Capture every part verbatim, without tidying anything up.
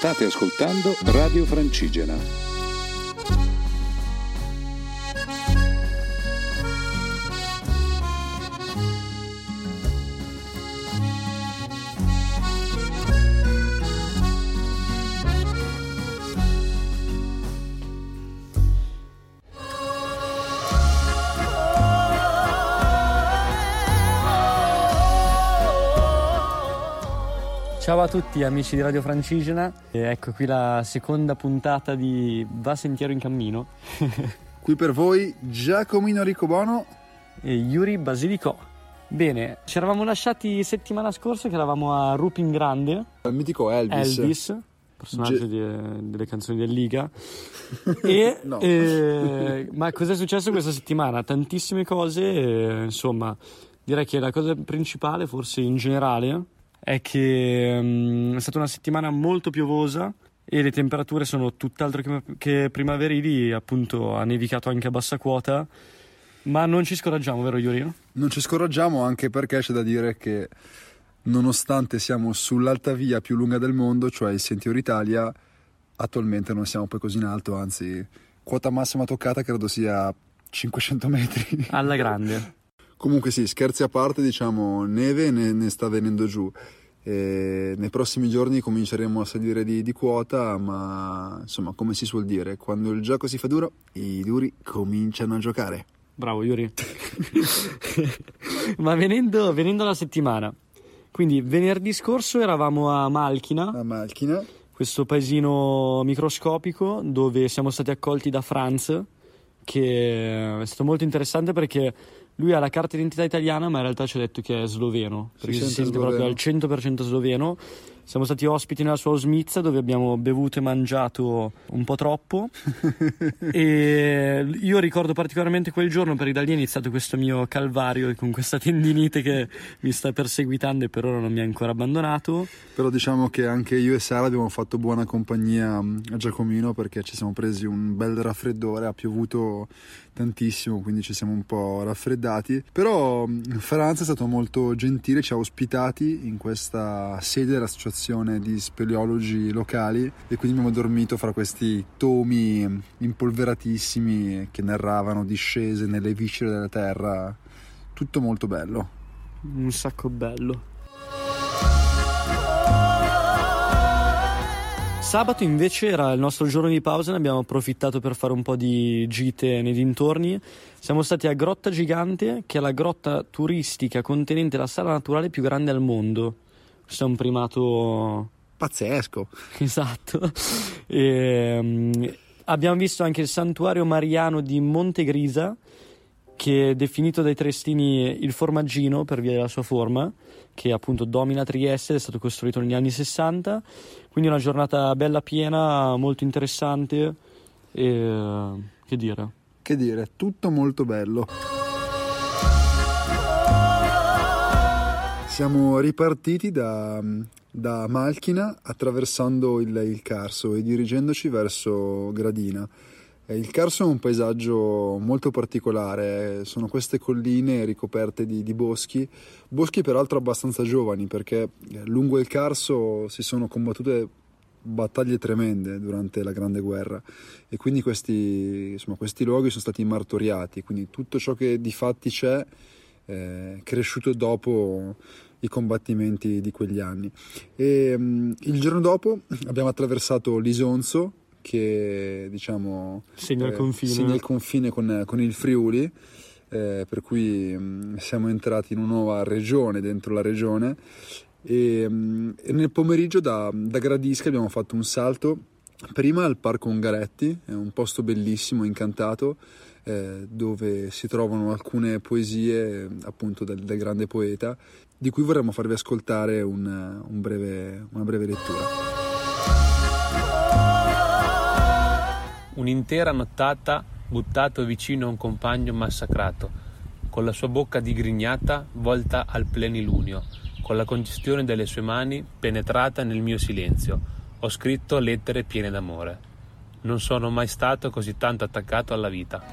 State ascoltando Radio Francigena. Ciao a tutti amici di Radio Francigena, e ecco qui la seconda puntata di Va Sentiero in Cammino. Qui per voi Giacomino Ricobono e Yuri Basilicò. Bene, ci eravamo lasciati settimana scorsa che eravamo a Rupin Grande. Il mitico Elvis. Elvis, personaggio Ge- di, delle canzoni del Liga. e, no. eh, ma cos'è successo questa settimana? Tantissime cose, eh, insomma, direi che la cosa principale, forse in generale, è che um, è stata una settimana molto piovosa e le temperature sono tutt'altro che, che primaverili, appunto ha nevicato anche a bassa quota, ma non ci scoraggiamo, vero Iurino? Non ci scoraggiamo, anche perché c'è da dire che nonostante siamo sull'alta via più lunga del mondo, cioè il Sentiero Italia, attualmente non siamo poi così in alto, anzi quota massima toccata credo sia cinquecento metri. Alla grande. Comunque sì, scherzi a parte, diciamo, neve ne, ne sta venendo giù. E nei prossimi giorni cominceremo a salire di, di quota, ma insomma, come si suol dire, quando il gioco si fa duro, i duri cominciano a giocare. Bravo Yuri. Ma venendo, venendo alla settimana, quindi venerdì scorso eravamo a Malchina, a Malchina, questo paesino microscopico dove siamo stati accolti da Franz, che è stato molto interessante perché lui ha la carta d'identità italiana, ma in realtà ci ha detto che è sloveno, perché si, si sente sloveno. Proprio al cento per cento sloveno. Siamo stati ospiti nella sua Osmizza, dove abbiamo bevuto e mangiato un po' troppo. E io ricordo particolarmente quel giorno, perché da lì è iniziato questo mio calvario con questa tendinite che mi sta perseguitando e per ora non mi ha ancora abbandonato. Però diciamo che anche io e Sara abbiamo fatto buona compagnia a Giacomino, perché ci siamo presi un bel raffreddore, ha piovuto tantissimo, quindi ci siamo un po' raffreddati. Però Franz è stato molto gentile, ci ha ospitati in questa sede dell'associazione di speleologi locali, e quindi abbiamo dormito fra questi tomi impolveratissimi che narravano discese nelle viscere della terra. Tutto molto bello, un sacco bello. Sabato invece era il nostro giorno di pausa, ne abbiamo approfittato per fare un po' di gite nei dintorni. Siamo stati a Grotta Gigante, che è la grotta turistica contenente la sala naturale più grande al mondo. Questo è un primato pazzesco. Esatto. E, um, abbiamo visto anche il santuario mariano di Montegrisa, che è definito dai triestini il formaggino per via della sua forma, che appunto domina Trieste, è stato costruito negli anni sessanta. Quindi una giornata bella piena, molto interessante e che dire? Che dire, tutto molto bello. Siamo ripartiti da, da Malchina attraversando il, il Carso e dirigendoci verso Gradina. Il Carso è un paesaggio molto particolare, sono queste colline ricoperte di, di boschi, boschi peraltro abbastanza giovani, perché lungo il Carso si sono combattute battaglie tremende durante la Grande Guerra, e quindi questi, insomma, questi luoghi sono stati martoriati, quindi tutto ciò che di fatti c'è è cresciuto dopo i combattimenti di quegli anni. E um, il giorno dopo abbiamo attraversato l'Isonzo, che diciamo segna il eh, confine, segna il confine con, con il Friuli, eh, per cui mh, siamo entrati in una nuova regione dentro la regione, e, mh, e nel pomeriggio da, da Gradisca abbiamo fatto un salto prima al Parco Ungaretti, è un posto bellissimo, incantato, eh, dove si trovano alcune poesie appunto del, del grande poeta, di cui vorremmo farvi ascoltare un, un breve, una breve lettura. Un'intera nottata buttato vicino a un compagno massacrato, con la sua bocca digrignata volta al plenilunio, con la congestione delle sue mani penetrata nel mio silenzio, ho scritto lettere piene d'amore. Non sono mai stato così tanto attaccato alla vita.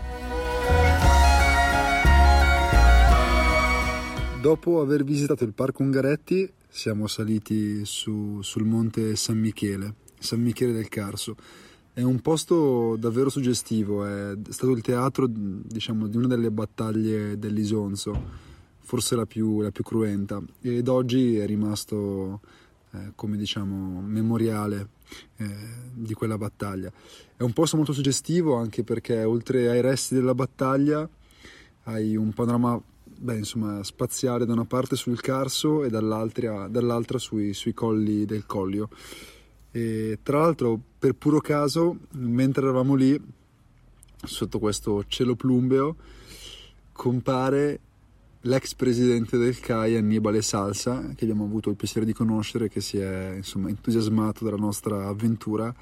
Dopo aver visitato il Parco Ungaretti siamo saliti su, sul monte San Michele, San Michele del Carso. È un posto davvero suggestivo, è stato il teatro, diciamo, di una delle battaglie dell'Isonzo, forse la più, la più cruenta, ed oggi è rimasto eh, come diciamo memoriale eh, di quella battaglia. È un posto molto suggestivo anche perché oltre ai resti della battaglia hai un panorama beh, insomma, spaziale da una parte sul Carso e dall'altra, dall'altra sui, sui colli del Collio. E tra l'altro, per puro caso, mentre eravamo lì sotto questo cielo plumbeo, compare l'ex presidente del C A I, Annibale Salsa, che abbiamo avuto il piacere di conoscere, che si è insomma entusiasmato della nostra avventura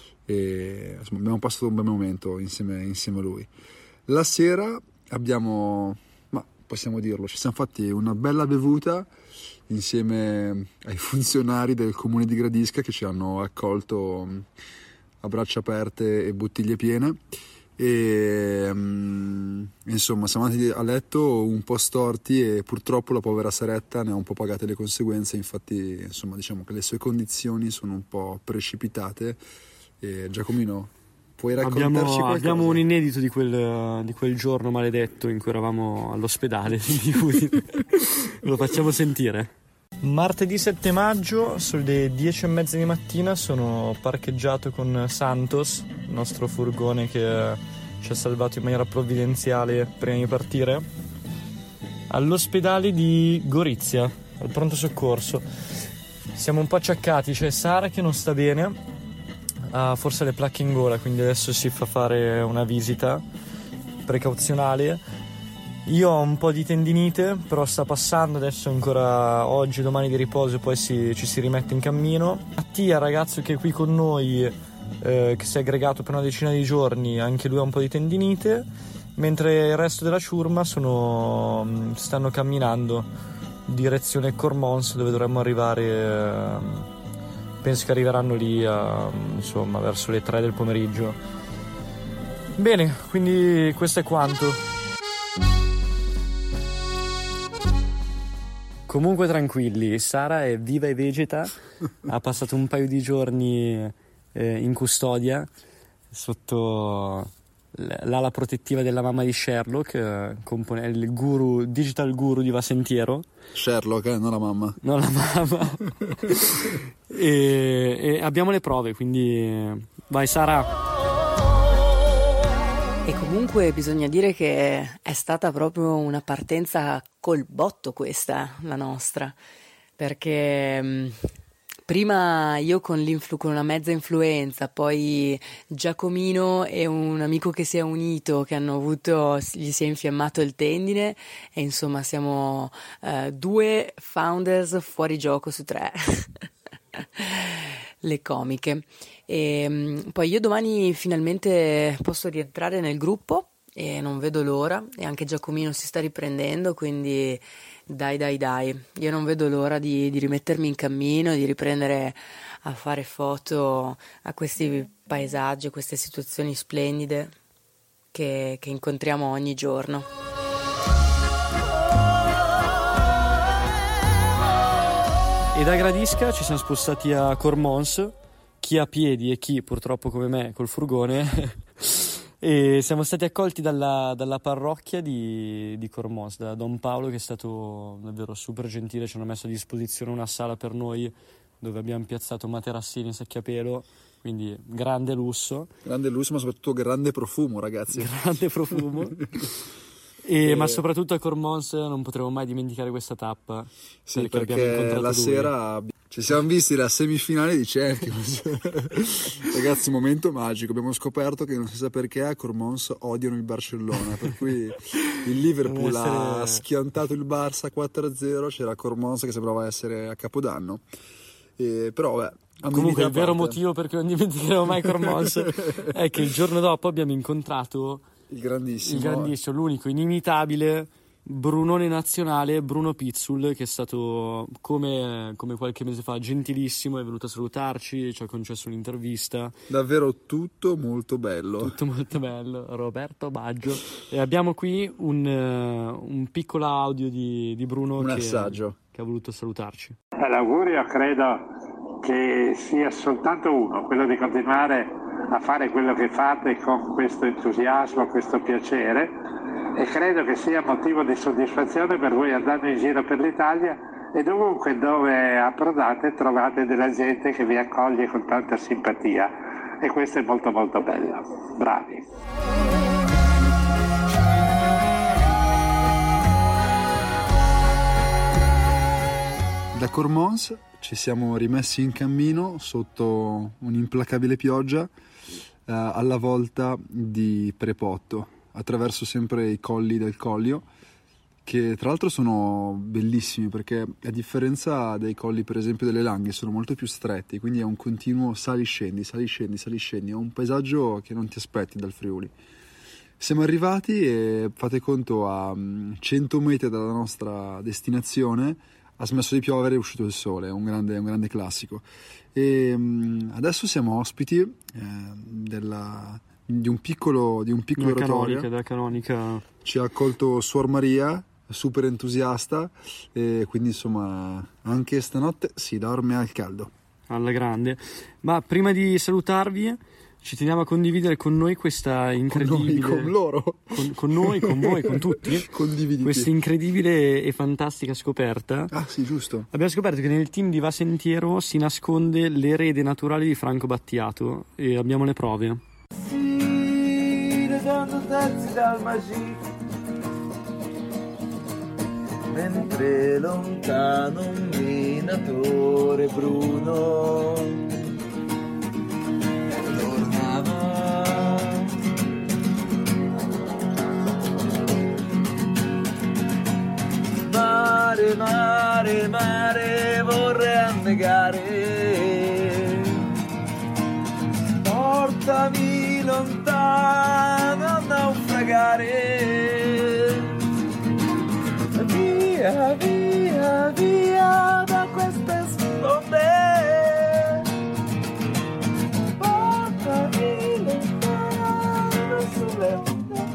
e insomma, abbiamo passato un bel momento insieme, insieme a lui. La sera abbiamo, ma possiamo dirlo, ci siamo fatti una bella bevuta insieme ai funzionari del comune di Gradisca che ci hanno accolto a braccia aperte e bottiglie piene e um, insomma siamo andati a letto un po' storti e purtroppo la povera Saretta ne ha un po' pagate le conseguenze, infatti insomma diciamo che le sue condizioni sono un po' precipitate. E Giacomino, puoi raccontarci abbiamo, qualcosa? Abbiamo un inedito di quel, di quel giorno maledetto in cui eravamo all'ospedale di Udine. Lo facciamo sentire. Martedì sette maggio, sono le dieci e mezza di mattina, sono parcheggiato con Santos, il nostro furgone che ci ha salvato in maniera provvidenziale prima di partire, all'ospedale di Gorizia, al pronto soccorso. Siamo un po' acciaccati, c'è Sara che non sta bene, ha forse le placche in gola, quindi adesso si fa fare una visita precauzionale. Io ho un po' di tendinite, però sta passando, adesso ancora oggi, domani di riposo, poi si, ci si rimette in cammino. Mattia, ragazzo che è qui con noi, eh, che si è aggregato per una decina di giorni, anche lui ha un po' di tendinite, mentre il resto della ciurma sono, stanno camminando direzione Cormons, dove dovremmo arrivare, eh, penso che arriveranno lì a, insomma verso le tre del pomeriggio. Bene, quindi questo è quanto. Comunque tranquilli, Sara è viva e vegeta, ha passato un paio di giorni eh, in custodia sotto l'ala protettiva della mamma di Sherlock, eh, compone- il guru, digital guru di Va Sentiero. Sherlock, eh, non la mamma. Non la mamma. e, e abbiamo le prove, quindi vai Sara. E comunque bisogna dire che è stata proprio una partenza col botto questa, la nostra, perché mh, prima io con, l'influ- con una mezza influenza, poi Giacomino e un amico che si è unito, che hanno avuto, gli si è infiammato il tendine e insomma siamo uh, due founders fuori gioco su tre. Le comiche. E um, poi io domani finalmente posso rientrare nel gruppo e non vedo l'ora, e anche Giacomino si sta riprendendo, quindi dai dai dai, io non vedo l'ora di, di rimettermi in cammino, di riprendere a fare foto a questi paesaggi, a queste situazioni splendide che, che incontriamo ogni giorno. E da Gradisca ci siamo spostati a Cormons, chi a piedi e chi purtroppo come me col furgone, e siamo stati accolti dalla, dalla parrocchia di, di Cormons, da Don Paolo, che è stato davvero super gentile, ci hanno messo a disposizione una sala per noi dove abbiamo piazzato materassini, sacchi a pelo, quindi grande lusso. Grande lusso, ma soprattutto grande profumo, ragazzi. Grande profumo. E, e... Ma soprattutto a Cormons non potremo mai dimenticare questa tappa. Sì, perché, perché abbiamo la lui. sera ci siamo visti la semifinale di Champions. Ragazzi, momento magico. Abbiamo scoperto che non si sa perché a Cormons odiano il Barcellona, per cui il Liverpool essere... ha schiantato il Barça quattro a zero, c'era Cormons che sembrava essere a Capodanno. E, però beh, comunque il vero motivo per cui non dimenticheremo mai Cormons è che il giorno dopo abbiamo incontrato il grandissimo, il grandissimo, l'unico, inimitabile Brunone nazionale, Bruno Pizzul, che è stato come, come qualche mese fa gentilissimo, è venuto a salutarci, ci ha concesso un'intervista. Davvero tutto molto bello. Tutto molto bello, Roberto Baggio. E abbiamo qui un, uh, un piccolo audio di, di Bruno un che, assaggio che ha voluto salutarci. L'augurio credo che sia soltanto uno, quello di continuare a fare quello che fate con questo entusiasmo, questo piacere, e credo che sia motivo di soddisfazione per voi andando in giro per l'Italia e dovunque dove approdate trovate della gente che vi accoglie con tanta simpatia, e questo è molto molto bello. Bravi. Da Cormons ci siamo rimessi in cammino sotto un'implacabile pioggia eh, alla volta di Prepotto, attraverso sempre i colli del Collio, che tra l'altro sono bellissimi perché a differenza dei colli per esempio delle Langhe sono molto più stretti, quindi è un continuo sali-scendi, sali-scendi, sali-scendi, è un paesaggio che non ti aspetti dal Friuli. Siamo arrivati e fate conto a cento metri dalla nostra destinazione ha smesso di piovere, è uscito il sole, è un grande, un grande classico. E um, adesso siamo ospiti eh, della, di un piccolo, di un piccolo oratorio. Della canonica. Ci ha accolto Suor Maria, super entusiasta, e quindi insomma anche stanotte si dorme al caldo. Alla grande. Ma prima di salutarvi ci teniamo a condividere con noi questa incredibile... Con noi, con loro. Con, con noi, con voi, con tutti. Condividiti. Questa incredibile e fantastica scoperta. Ah sì, giusto. Abbiamo scoperto che nel team di Va Sentiero si nasconde l'erede naturale di Franco Battiato e abbiamo le prove. Sì, leggendo terzi dal Magì, mentre lontano un minatore bruno mare, mare, mare, vorrei annegare, portami lontano a naufragare, via, via, via da queste sponde, portami lontano sulle onde.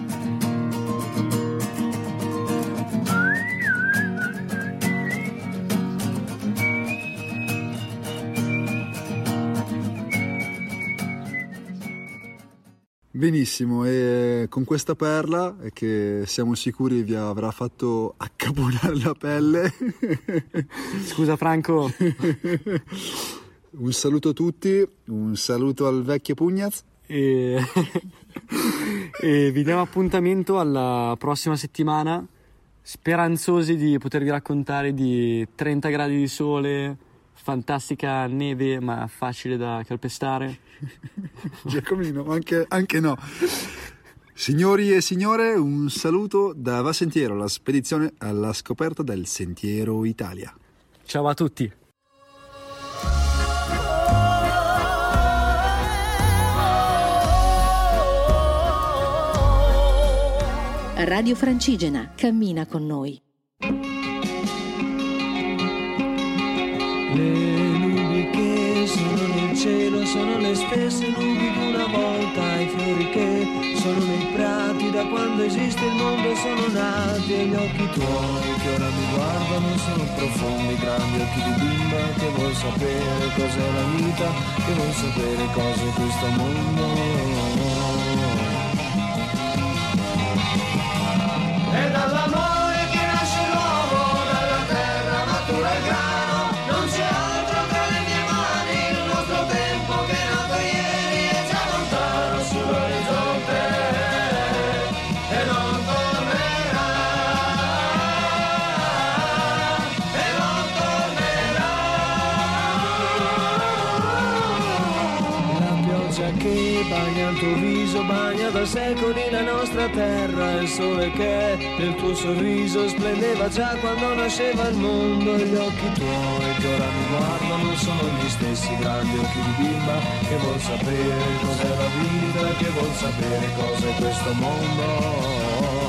Benissimo, e con questa perla che siamo sicuri vi avrà fatto accaponare la pelle. Scusa Franco. Un saluto a tutti, un saluto al vecchio Pugnaz. E... e vi diamo appuntamento alla prossima settimana, speranzosi di potervi raccontare di trenta gradi di sole, fantastica neve ma facile da calpestare. Giacomino, anche, anche no. Signori e signore, un saluto da Va Sentiero, la spedizione alla scoperta del Sentiero Italia. Ciao a tutti. Radio Francigena, cammina con noi. Le nubi che sono nel cielo sono le stesse nubi di una volta, i fiori che sono nei prati da quando esiste il mondo sono nati, e gli occhi tuoi che ora mi guardano sono profondi, grandi occhi di bimba che vuol sapere cos'è la vita, che vuol sapere cos'è questo mondo. E dall'amore che nasce l'uomo, dalla terra matura il grano, non c'è altro tra le mie mani, il nostro tempo che è nato ieri è già lontano sull'orizzonte e non tornerà, e non tornerà. La pioggia che bagna il tuo viso bagna da secoli la nostra terra, il sole che nel tuo sorriso splendeva già quando nasceva il mondo, e gli occhi tuoi che ora mi guardano sono gli stessi grandi occhi di bimba che vuol sapere cos'è la vita, che vuol sapere cos'è questo mondo.